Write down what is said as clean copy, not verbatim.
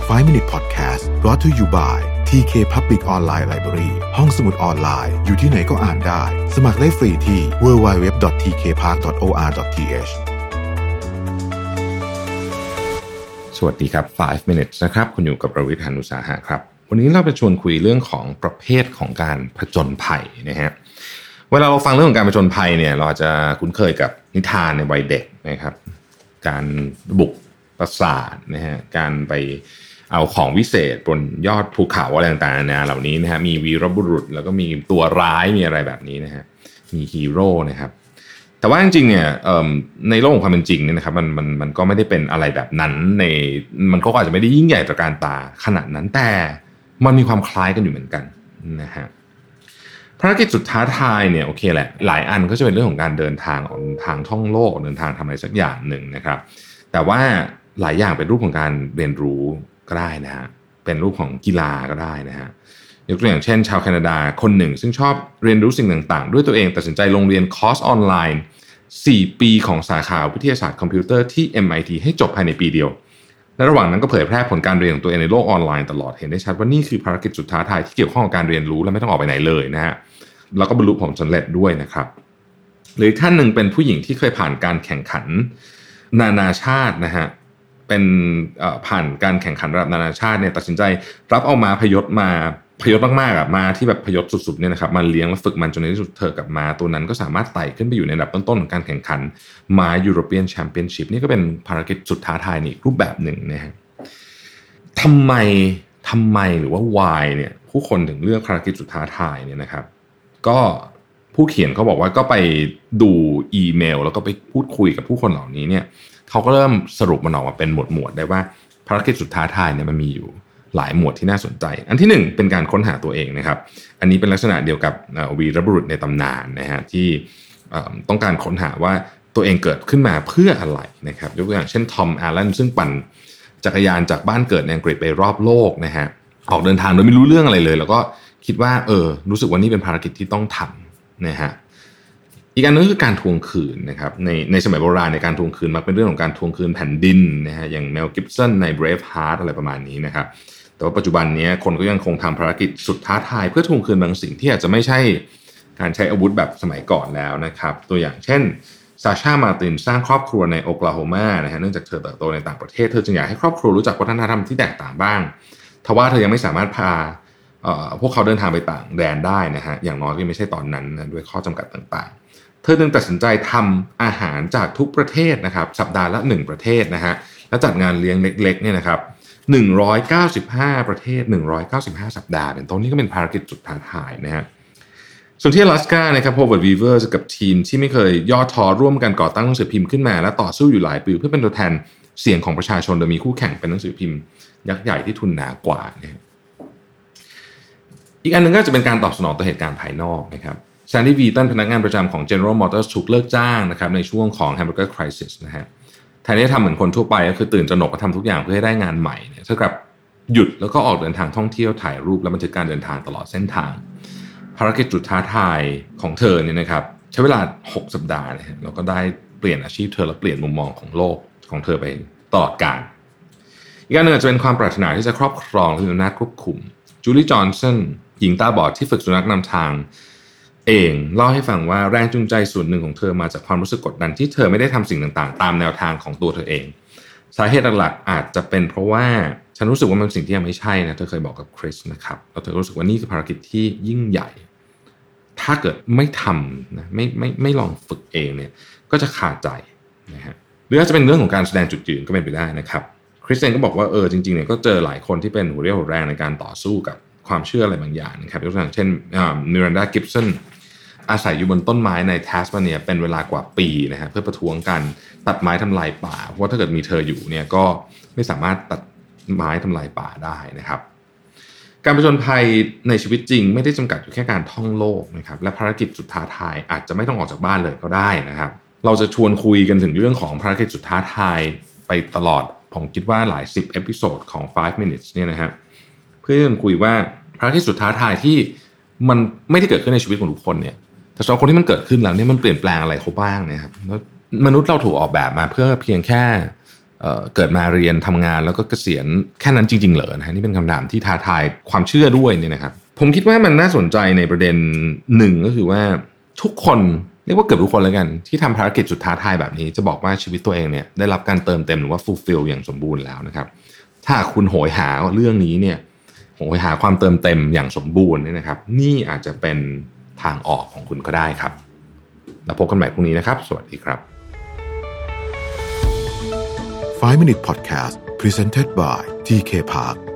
5 Minute Podcast brought to you by TK Public Online Library ห้องสมุดออนไลน์อยู่ที่ไหนก็อ่านได้สมัครได้ฟรีที่ www.tkpark.or.th สวัสดีครับ5 minutes นะครับคุณอยู่กับประวิทย์ หาญอุตสาหะครับวันนี้เราจะชวนคุยเรื่องของประเภทของการผจญภัยนะฮะเวลาเราฟังเรื่องของการผจญภัยเนี่ยเราจะคุ้นเคยกับนิทานในวัยเด็กนะครับการบุกปราสาทนะฮะการไปเอาของวิเศษบนยอดภูเขาอะไรต่างๆนานาเหล่านี้นะฮะมีวีรบุรุษแล้วก็มีตัวร้ายมีอะไรแบบนี้นะฮะมีฮีโร่นะครับแต่ว่าจริงๆเนี่ยในโลกของความเป็นจริงเนี่ยนะครับมันก็ไม่ได้เป็นอะไรแบบนั้นมันก็อาจจะไม่ได้ยิ่งใหญ่ตระการตาขนาดนั้นแต่มันมีความคล้ายกันอยู่เหมือนกันนะฮะภารกิจสุดท้าทายเนี่ยโอเคแหละหลายอันก็จะเป็นเรื่องของการเดินทางออกทางท่องโลกเดินทางทำอะไรสักอย่างหนึ่งนะครับแต่ว่าหลายอย่างเป็นรูปของการเรียนรู้ก็ได้นะฮะเป็นรูปของกีฬาก็ได้นะฮะยกตัวอย่างเช่นชาวแคนาดาคนหนึ่งซึ่งชอบเรียนรู้สิ่งต่างๆด้วยตัวเองตัดสินใจลงเรียนคอร์สออนไลน์4 ปีของสาขาวิทยาศาสตร์คอมพิวเตอร์ที่ MIT ให้จบภายในปีเดียวและระหว่างนั้นก็เผยแพร่ผลการเรียนของตัวเองในโลกออนไลน์ตลอดเห็นได้ชัดว่านี่คือภารกิจสุดท้าทายที่เกี่ยวข้องกับการเรียนรู้และไม่ต้องออกไปไหนเลยนะฮะแล้วก็บรรลุผลสำเร็จด้วยนะครับหรือท่านหนึ่งเป็นผู้หญิงที่เคยผ่านการแข่งขันนานาชาตินะฮะเป็นผ่านการแข่งขันระดับนานาชาติเนี่ยตัดสินใจรับเอาม้าพยศมากๆมาที่แบบพยศสุดๆเนี่ยนะครับมาเลี้ยงและฝึกมันจนในที่สุดเธอกับม้าตัวนั้นก็สามารถไต่ขึ้นไปอยู่ในระดับต้นๆของการแข่งขันม้ายูโรเปียนแชมเปี้ยนชิพนี่ก็เป็นภารกิจสุดท้าทายนี่รูปแบบหนึ่งนะฮะทำไมหรือว่า why เนี่ยผู้คนถึงเลือกภารกิจสุดท้าทายเนี่ยนะครับก็ผู้เขียนเขาบอกว่าก็ไปดูอีเมลแล้วก็ไปพูดคุยกับผู้คนเหล่านี้เนี่ยเขาก็เริ่มสรุปมันออกมาเป็นหมวดได้ว่าภารกิจสุดท้าทายเนี่ยมันมีอยู่หลายหมวดที่น่าสนใจอันที่1เป็นการค้นหาตัวเองนะครับอันนี้เป็นลักษณะเดียวกับวีรบุรุษในตำนานนะฮะที่ต้องการค้นหาว่าตัวเองเกิดขึ้นมาเพื่ออะไรนะครับยกตัวอย่างเช่นทอมแอลเลนซึ่งปั่นจักรยานจากบ้านเกิดในอังกฤษไปรอบโลกนะฮะออกเดินทางโดยไม่รู้เรื่องอะไรเลยแล้วก็คิดว่ารู้สึกว่านี่เป็นภารกิจที่ต้องทำนะฮะอีกอันนึงคือการทวงคืนนะครับในสมัยโบราณในการทวงคืนมักเป็นเรื่องของการทวงคืนแผ่นดินนะฮะอย่างเมลกิฟสันใน Braveheart อะไรประมาณนี้นะครับแต่ว่าปัจจุบันนี้คนก็ยังคงทำภารกิจสุดท้าทายเพื่อทวงคืนบางสิ่งที่อาจจะไม่ใช่การใช้อาวุธแบบสมัยก่อนแล้วนะครับตัวอย่างเช่นซาชามาตินสร้างครอบครัวในโอคลาโฮมานะฮะเนื่องจากเธอเติบโตในต่างประเทศเธอจึงอยากให้ครอบครัวรู้จักวัฒนธรรมที่แตกต่างบ้างทว่าเธอยังไม่สามารถพาพวกเขาเดินทางไปต่างแดนได้นะฮะอย่างน้อยก็ไม่ใช่ตอนนั้นนะด้วยข้อจำกัดต่างๆเธอจึงตัดสินใจทำอาหารจากทุกประเทศนะครับสัปดาห์ละ1ประเทศนะฮะแล้วจัดงานเลี้ยงเล็กๆเนี่ยนะครับ195ประเทศ195สัปดาห์เป็นต้นนี้ก็เป็นภารกิจสุดท้าทายนะฮะส่วนที่อลาสก้านะครับโฮเวิร์ดวีเวอร์กับทีมที่ไม่เคยย่อท้อร่วมกันก่อตั้งหนังสือพิมพ์ขึ้นมาและต่อสู้อยู่หลายปีเพื่อเป็นตัวแทนเสียงของประชาชนโดยมีคู่แข่งเป็นหนังสือพิมพ์ยักษ์ใหญ่ที่ทุนหนากว่านะอีกอันหนึ่งก็จะเป็นการตอบสนองต่อเหตุการณ์ภายนอกนะครับแซนดี้วีตันพนักงานประจำของ General Motors ถูกเลิกจ้างนะครับในช่วงของ Hamburger Crisis นะฮะแทนที่จะทำเหมือนคนทั่วไปก็คือตื่นตระหนกก็ทำทุกอย่างเพื่อให้ได้งานใหม่เนี่ยเท่ากับหยุดแล้วก็ออกเดินทางท่องเที่ยวถ่ายรูปและบันทึกการเดินทางตลอดเส้นทางภารกิจสุดท้าทายของเธอเนี่ยนะครับใช้เวลา6สัปดาห์นะฮะแล้วก็ได้เปลี่ยนอาชีพเธอและเปลี่ยนมุมมองของโลกของเธอไปตลอดกาลอีกอันหนึ่งจะเป็นความปรารถนาที่จะครอบครองและมีอำนาจควบคุมจูลี่จอห์นสันหญิงตาบอดที่ฝึกสุนัขนำทางเองเล่าให้ฟังว่าแรงจูงใจส่วนหนึ่งของเธอมาจากความรู้สึกกดดันที่เธอไม่ได้ทำสิ่งต่างๆตามแนวทางของตัวเธอเองสาเหตุหลักๆอาจจะเป็นเพราะว่าฉันรู้สึกว่ามันเป็นสิ่งที่ยังไม่ใช่นะเธอเคยบอกกับคริสนะครับแล้วเธอรู้สึกว่านี่คือภารกิจที่ยิ่งใหญ่ถ้าเกิดไม่ทำนะไม่ลองฝึกเองเนี่ยก็จะขาดใจนะฮะหรืออาจจะเป็นเรื่องของการแสดงจุดยืนก็เป็นไปได้นะครับคริสเองก็บอกว่าจริงๆเนี่ยก็เจอหลายคนที่เป็นหัวเรี่ยวหัวแรงในการต่อสู้กับความเชื่ออะไรบางอย่างนะครับยกตัวอย่างเช่นมิรันดากิฟสันอาศัยอยู่บนต้นไม้ในแทสมาเนียเป็นเวลากว่าปีนะฮะเพื่อประท้วงการตัดไม้ทำลายป่าเพราะว่าถ้าเกิดมีเธออยู่เนี่ยก็ไม่สามารถตัดไม้ทำลายป่าได้นะครับการผจญภัยในชีวิตจริงไม่ได้จำกัดอยู่แค่การท่องโลกนะครับและภารกิจสุดท้าทายอาจจะไม่ต้องออกจากบ้านเลยก็ได้นะครับเราจะชวนคุยกันถึงเรื่องของภารกิจสุดท้าทายไปตลอดผมคิดว่าหลาย10เอพิโซดของ5 minutes เนี่ยนะฮะเพื่อจะคุยว่าภารกิจสุดท้าทายที่มันไม่ได้เกิดขึ้นในชีวิตของทุกคนเนี่ยแต่สำหรับคนที่มันเกิดขึ้นแล้วเนี่ยมันเปลี่ยนแปลงอะไรเขาบ้างนะครับแล้วมนุษย์เราถูกออกแบบมาเพื่อเพียงแค่เกิดมาเรียนทำงานแล้วก็เกษียณแค่นั้นจริงๆเหรอนะฮะนี่เป็นคำถามที่ท้าทายความเชื่อด้วยเนี่ยนะครับผมคิดว่ามันน่าสนใจในประเด็นหนึ่งก็คือว่าทุกคนเรียกว่าเกือบทุกคนแล้วกันที่ทำภารกิจสุดท้าทายแบบนี้จะบอกว่าชีวิตตัวเองเนี่ยได้รับการเติมเต็มหรือว่า fulfill อย่างสมบูรณ์แล้วนะครับถ้าคุณโหยหาเรื่องนี้เนี่ยโหยหาความเติมเต็มอย่างสมบูรณ์เนี่ยนะครับนี่อาจจะเป็นทางออกของคุณก็ได้ครับแล้วพบกันใหม่พรุ่งนี้นะครับสวัสดีครับ 5 Minute Podcast Presented by TK Park